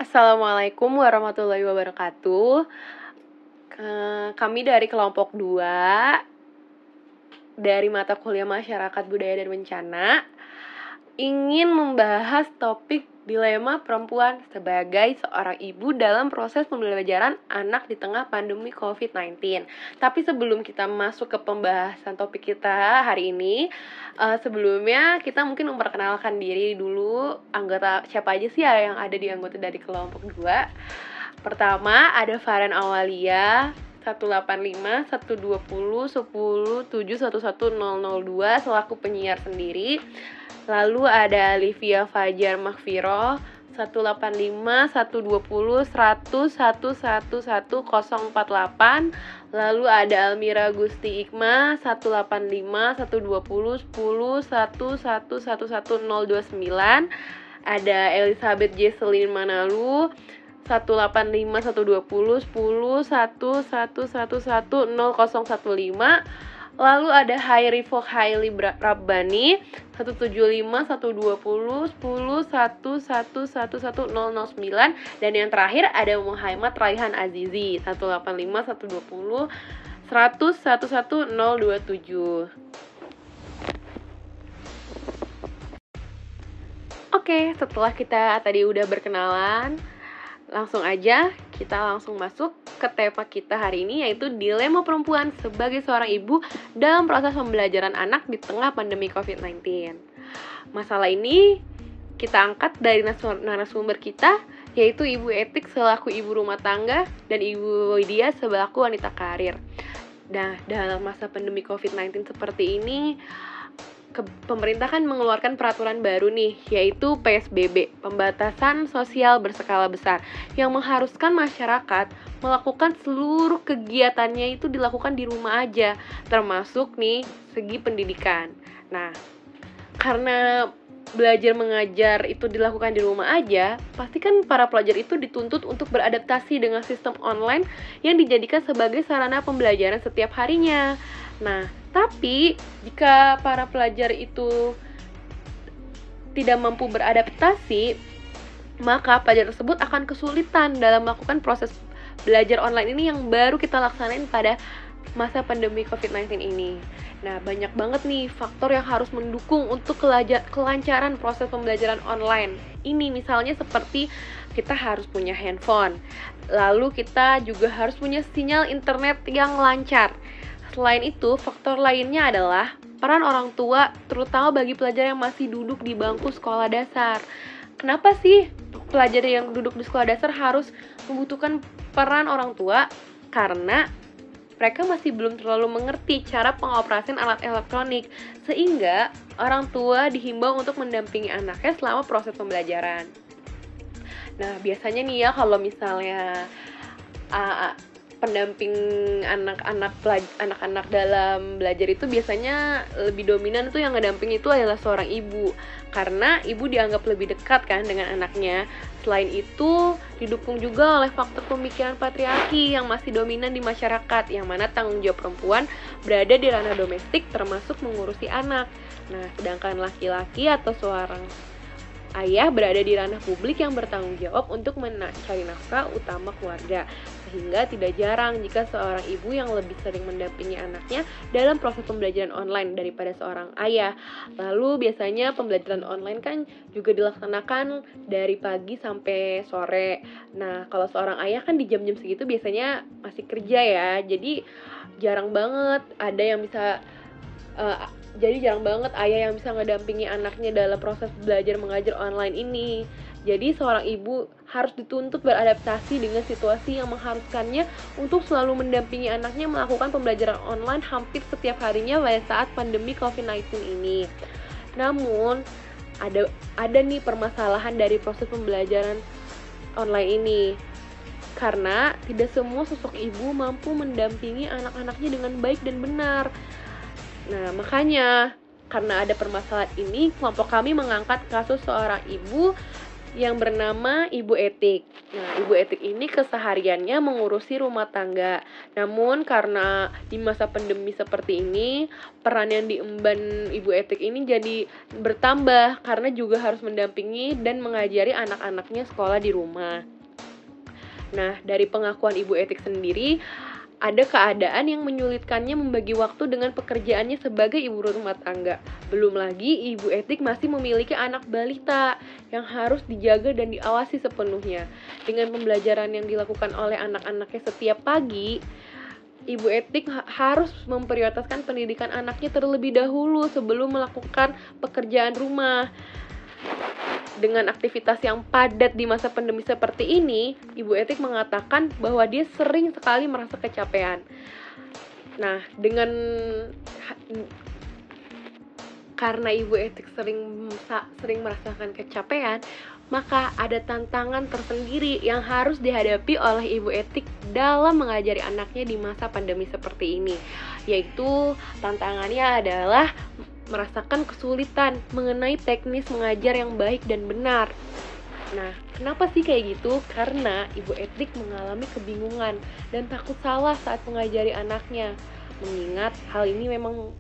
Assalamualaikum warahmatullahi wabarakatuh. Kami dari kelompok 2 dari mata kuliah Masyarakat Budaya dan Bencana ingin membahas topik dilema perempuan sebagai seorang ibu dalam proses pembelajaran anak di tengah pandemi COVID-19. Tapi sebelum kita masuk ke pembahasan topik kita hari ini, sebelumnya kita mungkin memperkenalkan diri dulu, anggota siapa aja sih ya yang ada di anggota dari kelompok 2. Pertama ada Farhan Awalia 185 120 10 7 11002 selaku penyiar sendiri. Lalu ada Olivia Fajar Makfiro 185 120 100 1111048. Lalu ada Almira Gusti Ikma 185 120 10 1111029. Ada Elizabeth Jesselyn Manalu 185 120 10 1111015. Lalu ada Hairifok Haili Rabbani 175 120 10 1111009. Dan yang terakhir ada Muhammad Raihan Azizi 185 120 100 11027. Oke, setelah kita tadi udah berkenalan, langsung aja kita langsung masuk ke tema kita hari ini, yaitu dilema perempuan sebagai seorang ibu dalam proses pembelajaran anak di tengah pandemi COVID-19. Masalah ini kita angkat dari narasumber kita, yaitu Ibu Etik selaku ibu rumah tangga dan Ibu Widya selaku wanita karir. Nah, dalam masa pandemi COVID-19 seperti ini, pemerintah kan mengeluarkan peraturan baru nih, yaitu PSBB, pembatasan sosial berskala besar, yang mengharuskan masyarakat melakukan seluruh kegiatannya itu dilakukan di rumah aja, termasuk nih segi pendidikan. Nah, karena belajar mengajar itu dilakukan di rumah aja, pasti kan para pelajar itu dituntut untuk beradaptasi dengan sistem online yang dijadikan sebagai sarana pembelajaran setiap harinya. Nah, tapi jika para pelajar itu tidak mampu beradaptasi, maka pelajar tersebut akan kesulitan dalam melakukan proses belajar online ini yang baru kita laksanain pada masa pandemi COVID-19 ini. Nah, banyak banget nih faktor yang harus mendukung untuk kelancaran proses pembelajaran online. Ini misalnya seperti kita harus punya handphone, lalu kita juga harus punya sinyal internet yang lancar. Selain itu, faktor lainnya adalah peran orang tua, terutama bagi pelajar yang masih duduk di bangku sekolah dasar. Kenapa sih pelajar yang duduk di sekolah dasar harus membutuhkan peran orang tua? Karena mereka masih belum terlalu mengerti cara pengoperasian alat elektronik, sehingga orang tua dihimbau untuk mendampingi anaknya selama proses pembelajaran. Nah, biasanya nih ya, kalau misalnya pendamping anak-anak dalam belajar itu biasanya lebih dominan tuh yang ngedamping itu adalah seorang ibu, karena ibu dianggap lebih dekat kan dengan anaknya. Selain itu didukung juga oleh faktor pemikiran patriarki yang masih dominan di masyarakat, yang mana tanggung jawab perempuan berada di ranah domestik termasuk mengurusi anak. Nah, sedangkan laki-laki atau seorang ayah berada di ranah publik yang bertanggung jawab untuk mencari nafkah utama keluarga. Sehingga tidak jarang jika seorang ibu yang lebih sering mendampingi anaknya dalam proses pembelajaran online daripada seorang ayah. Lalu biasanya pembelajaran online kan juga dilaksanakan dari pagi sampai sore. Nah, kalau seorang ayah kan di jam-jam segitu biasanya masih kerja ya. Jadi jarang banget ayah yang bisa ngedampingi anaknya dalam proses belajar mengajar online ini. Jadi seorang ibu harus dituntut beradaptasi dengan situasi yang mengharuskannya untuk selalu mendampingi anaknya melakukan pembelajaran online hampir setiap harinya pada saat pandemi COVID-19 ini. Namun, ada nih permasalahan dari proses pembelajaran online ini. Karena tidak semua sosok ibu mampu mendampingi anak-anaknya dengan baik dan benar. Nah, makanya karena ada permasalahan ini, kelompok kami mengangkat kasus seorang ibu yang bernama Ibu Etik. Nah, Ibu Etik ini kesehariannya mengurusi rumah tangga. Namun karena di masa pandemi seperti ini, peran yang diemban Ibu Etik ini jadi bertambah karena juga harus mendampingi dan mengajari anak-anaknya sekolah di rumah. Nah, dari pengakuan Ibu Etik sendiri, ada keadaan yang menyulitkannya membagi waktu dengan pekerjaannya sebagai ibu rumah tangga. Belum lagi, Ibu Etik masih memiliki anak balita yang harus dijaga dan diawasi sepenuhnya. Dengan pembelajaran yang dilakukan oleh anak-anaknya setiap pagi, Ibu Etik harus memprioritaskan pendidikan anaknya terlebih dahulu sebelum melakukan pekerjaan rumah. Dengan aktivitas yang padat di masa pandemi seperti ini, Ibu Etik mengatakan bahwa dia sering sekali merasa kecapean. Nah, karena Ibu Etik sering merasakan kecapean, maka ada tantangan tersendiri yang harus dihadapi oleh Ibu Etik dalam mengajari anaknya di masa pandemi seperti ini, yaitu tantangannya adalah merasakan kesulitan mengenai teknis mengajar yang baik dan benar. Nah, kenapa sih kayak gitu? Karena Ibu Etik mengalami kebingungan dan takut salah saat mengajari anaknya. Mengingat hal ini memang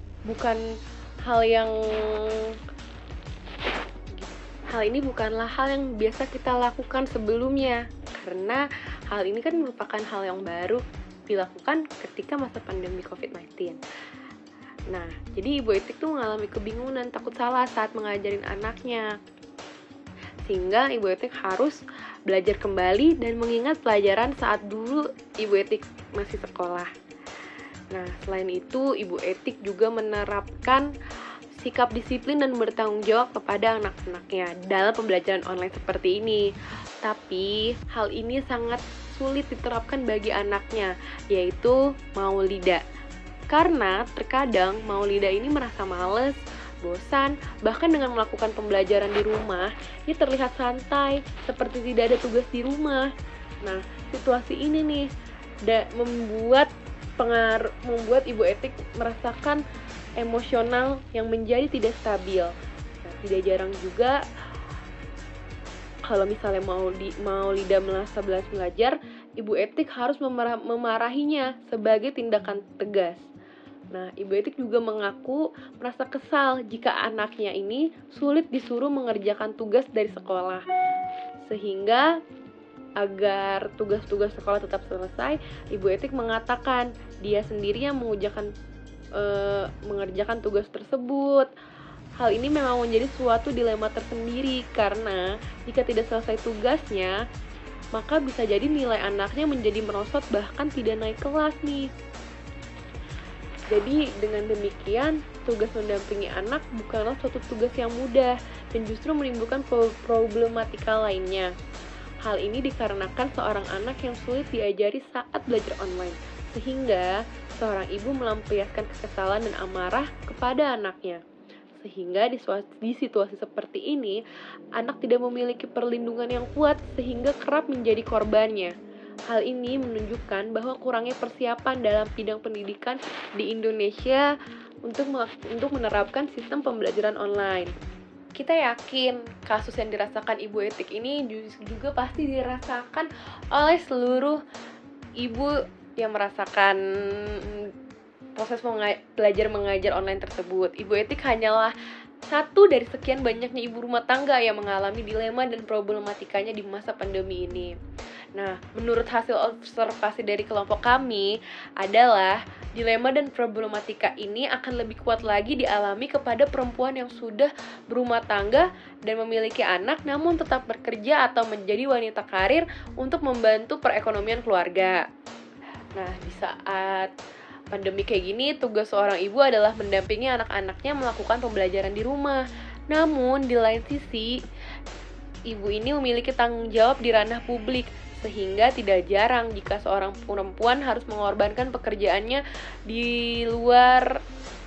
bukanlah hal yang biasa kita lakukan sebelumnya. Karena hal ini kan merupakan hal yang baru dilakukan ketika masa pandemi COVID-19. Nah, jadi Ibu Etik tuh mengalami kebingungan, takut salah saat mengajarin anaknya. Sehingga Ibu Etik harus belajar kembali dan mengingat pelajaran saat dulu Ibu Etik masih sekolah. Nah, selain itu, Ibu Etik juga menerapkan sikap disiplin dan bertanggung jawab kepada anak-anaknya dalam pembelajaran online seperti ini. Tapi, hal ini sangat sulit diterapkan bagi anaknya, yaitu Maulida. Karena terkadang Maulida ini merasa males, bosan, bahkan dengan melakukan pembelajaran di rumah, ia terlihat santai, seperti tidak ada tugas di rumah. Nah, situasi ini nih membuat Ibu Etik merasakan emosional yang menjadi tidak stabil. Nah, tidak jarang juga kalau misalnya Maulida merasa belajar, Ibu Etik harus memarahinya sebagai tindakan tegas. Nah, Ibu Etik juga mengaku merasa kesal jika anaknya ini sulit disuruh mengerjakan tugas dari sekolah. Sehingga agar tugas-tugas sekolah tetap selesai, Ibu Etik mengatakan dia sendiri yang mengerjakan tugas tersebut. Hal ini memang menjadi suatu dilema tersendiri karena jika tidak selesai tugasnya, maka bisa jadi nilai anaknya menjadi merosot bahkan tidak naik kelas nih. Jadi dengan demikian, tugas mendampingi anak bukanlah suatu tugas yang mudah dan justru menimbulkan problematika lainnya. Hal ini dikarenakan seorang anak yang sulit diajari saat belajar online, sehingga seorang ibu melampiaskan kekesalan dan amarah kepada anaknya. Sehingga di situasi seperti ini, anak tidak memiliki perlindungan yang kuat sehingga kerap menjadi korbannya. Hal ini menunjukkan bahwa kurangnya persiapan dalam bidang pendidikan di Indonesia untuk menerapkan sistem pembelajaran online. Kita yakin kasus yang dirasakan Ibu Etik ini juga pasti dirasakan oleh seluruh ibu yang merasakan proses belajar mengajar online tersebut. Ibu Etik hanyalah satu dari sekian banyaknya ibu rumah tangga yang mengalami dilema dan problematikanya di masa pandemi ini. Nah, menurut hasil observasi dari kelompok kami adalah dilema dan problematika ini akan lebih kuat lagi dialami kepada perempuan yang sudah berumah tangga dan memiliki anak namun tetap bekerja atau menjadi wanita karir untuk membantu perekonomian keluarga. Nah, di saat pandemi kayak gini, tugas seorang ibu adalah mendampingi anak-anaknya melakukan pembelajaran di rumah. Namun, di lain sisi, ibu ini memiliki tanggung jawab di ranah publik, sehingga tidak jarang jika seorang perempuan harus mengorbankan pekerjaannya di luar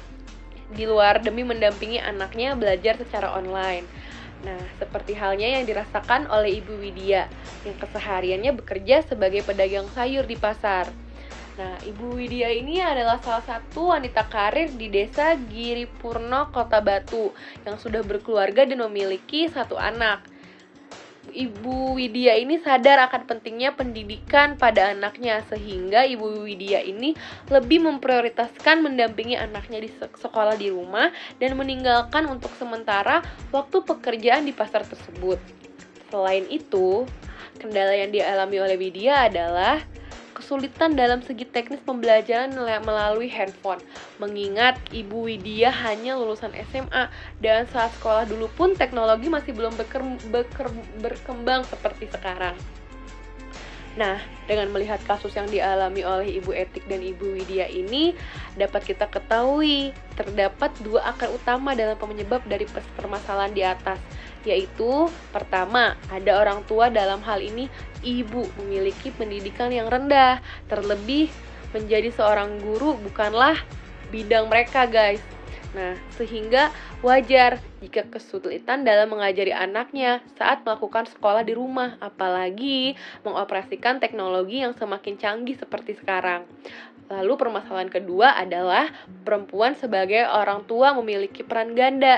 demi mendampingi anaknya belajar secara online. Nah, seperti halnya yang dirasakan oleh Ibu Widya, yang kesehariannya bekerja sebagai pedagang sayur di pasar. Nah, Ibu Widya ini adalah salah satu wanita karir di desa Giripurno, Kota Batu, yang sudah berkeluarga dan memiliki satu anak. Ibu Widya ini sadar akan pentingnya pendidikan pada anaknya, sehingga Ibu Widya ini lebih memprioritaskan mendampingi anaknya di sekolah di rumah dan meninggalkan untuk sementara waktu pekerjaan di pasar tersebut. Selain itu, Kendala yang dialami oleh Widya adalah kesulitan dalam segi teknis pembelajaran melalui handphone. Mengingat Ibu Widya hanya lulusan SMA dan saat sekolah dulu pun teknologi masih belum berkembang seperti sekarang. Nah, dengan melihat kasus yang dialami oleh Ibu Etik dan Ibu Widya ini, dapat kita ketahui terdapat dua akar utama dalam penyebab dari permasalahan di atas, yaitu pertama, ada orang tua, dalam hal ini ibu, memiliki pendidikan yang rendah. Terlebih, menjadi seorang guru bukanlah bidang mereka, guys. Nah, sehingga wajar jika kesulitan dalam mengajari anaknya saat melakukan sekolah di rumah, apalagi mengoperasikan teknologi yang semakin canggih seperti sekarang. Lalu permasalahan kedua adalah perempuan sebagai orang tua memiliki peran ganda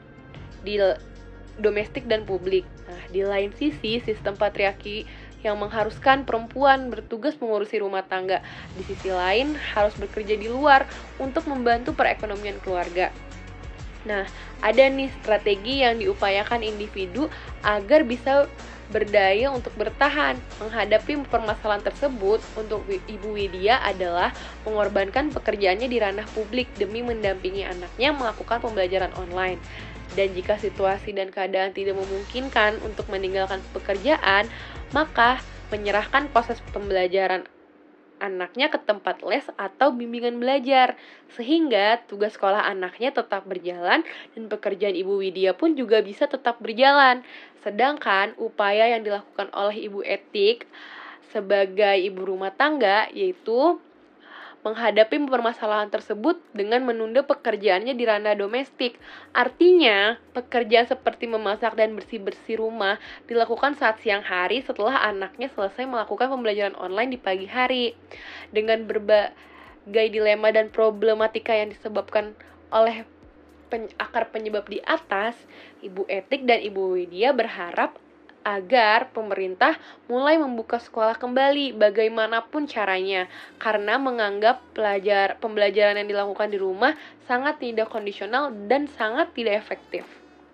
di domestik dan publik. Nah, di lain sisi, sistem patriarki yang mengharuskan perempuan bertugas mengurusi rumah tangga, di sisi lain harus bekerja di luar untuk membantu perekonomian keluarga. Nah, ada nih strategi yang diupayakan individu agar bisa berdaya untuk bertahan menghadapi permasalahan tersebut. Untuk Ibu Widya adalah mengorbankan pekerjaannya di ranah publik demi mendampingi anaknya melakukan pembelajaran online. Dan jika situasi dan keadaan tidak memungkinkan untuk meninggalkan pekerjaan, maka menyerahkan proses pembelajaran anaknya ke tempat les atau bimbingan belajar, sehingga tugas sekolah anaknya tetap berjalan dan pekerjaan Ibu Widya pun juga bisa tetap berjalan. Sedangkan upaya yang dilakukan oleh Ibu Etik sebagai ibu rumah tangga yaitu menghadapi permasalahan tersebut dengan menunda pekerjaannya di ranah domestik. Artinya, pekerjaan seperti memasak dan bersih-bersih rumah dilakukan saat siang hari setelah anaknya selesai melakukan pembelajaran online di pagi hari. Dengan berbagai dilema dan problematika yang disebabkan oleh akar penyebab di atas, Ibu Etik dan Ibu Widya berharap agar pemerintah mulai membuka sekolah kembali bagaimanapun caranya, karena menganggap pembelajaran yang dilakukan di rumah sangat tidak kondisional dan sangat tidak efektif.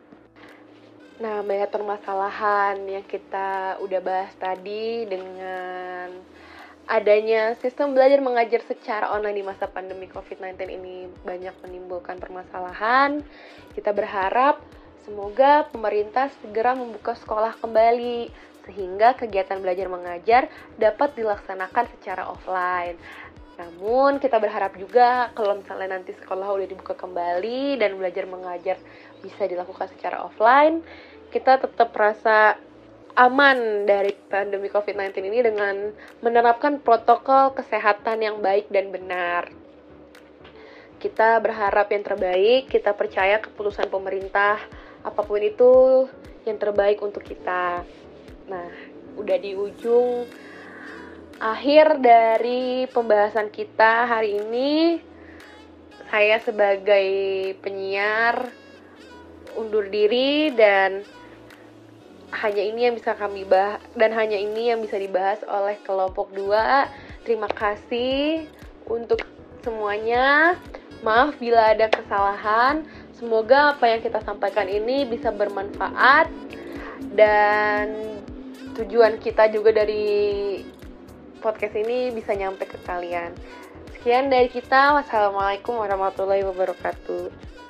Nah, banyak permasalahan yang kita udah bahas tadi dengan adanya sistem belajar mengajar secara online di masa pandemi COVID-19 ini banyak menimbulkan permasalahan. Kita berharap semoga pemerintah segera membuka sekolah kembali sehingga kegiatan belajar mengajar dapat dilaksanakan secara offline. Namun kita berharap juga kalau misalnya nanti sekolah udah dibuka kembali dan belajar mengajar bisa dilakukan secara offline, kita tetap merasa aman dari pandemi COVID-19 ini dengan menerapkan protokol kesehatan yang baik dan benar. Kita berharap yang terbaik, kita percaya keputusan pemerintah apapun itu yang terbaik untuk kita. Nah, udah di ujung akhir dari pembahasan kita hari ini. Saya sebagai penyiar undur diri dan hanya ini yang bisa kami bahas dan hanya ini yang bisa dibahas oleh kelompok 2. Terima kasih untuk semuanya. Maaf bila ada kesalahan. Semoga apa yang kita sampaikan ini bisa bermanfaat dan tujuan kita juga dari podcast ini bisa nyampe ke kalian. Sekian dari kita. Wassalamualaikum warahmatullahi wabarakatuh.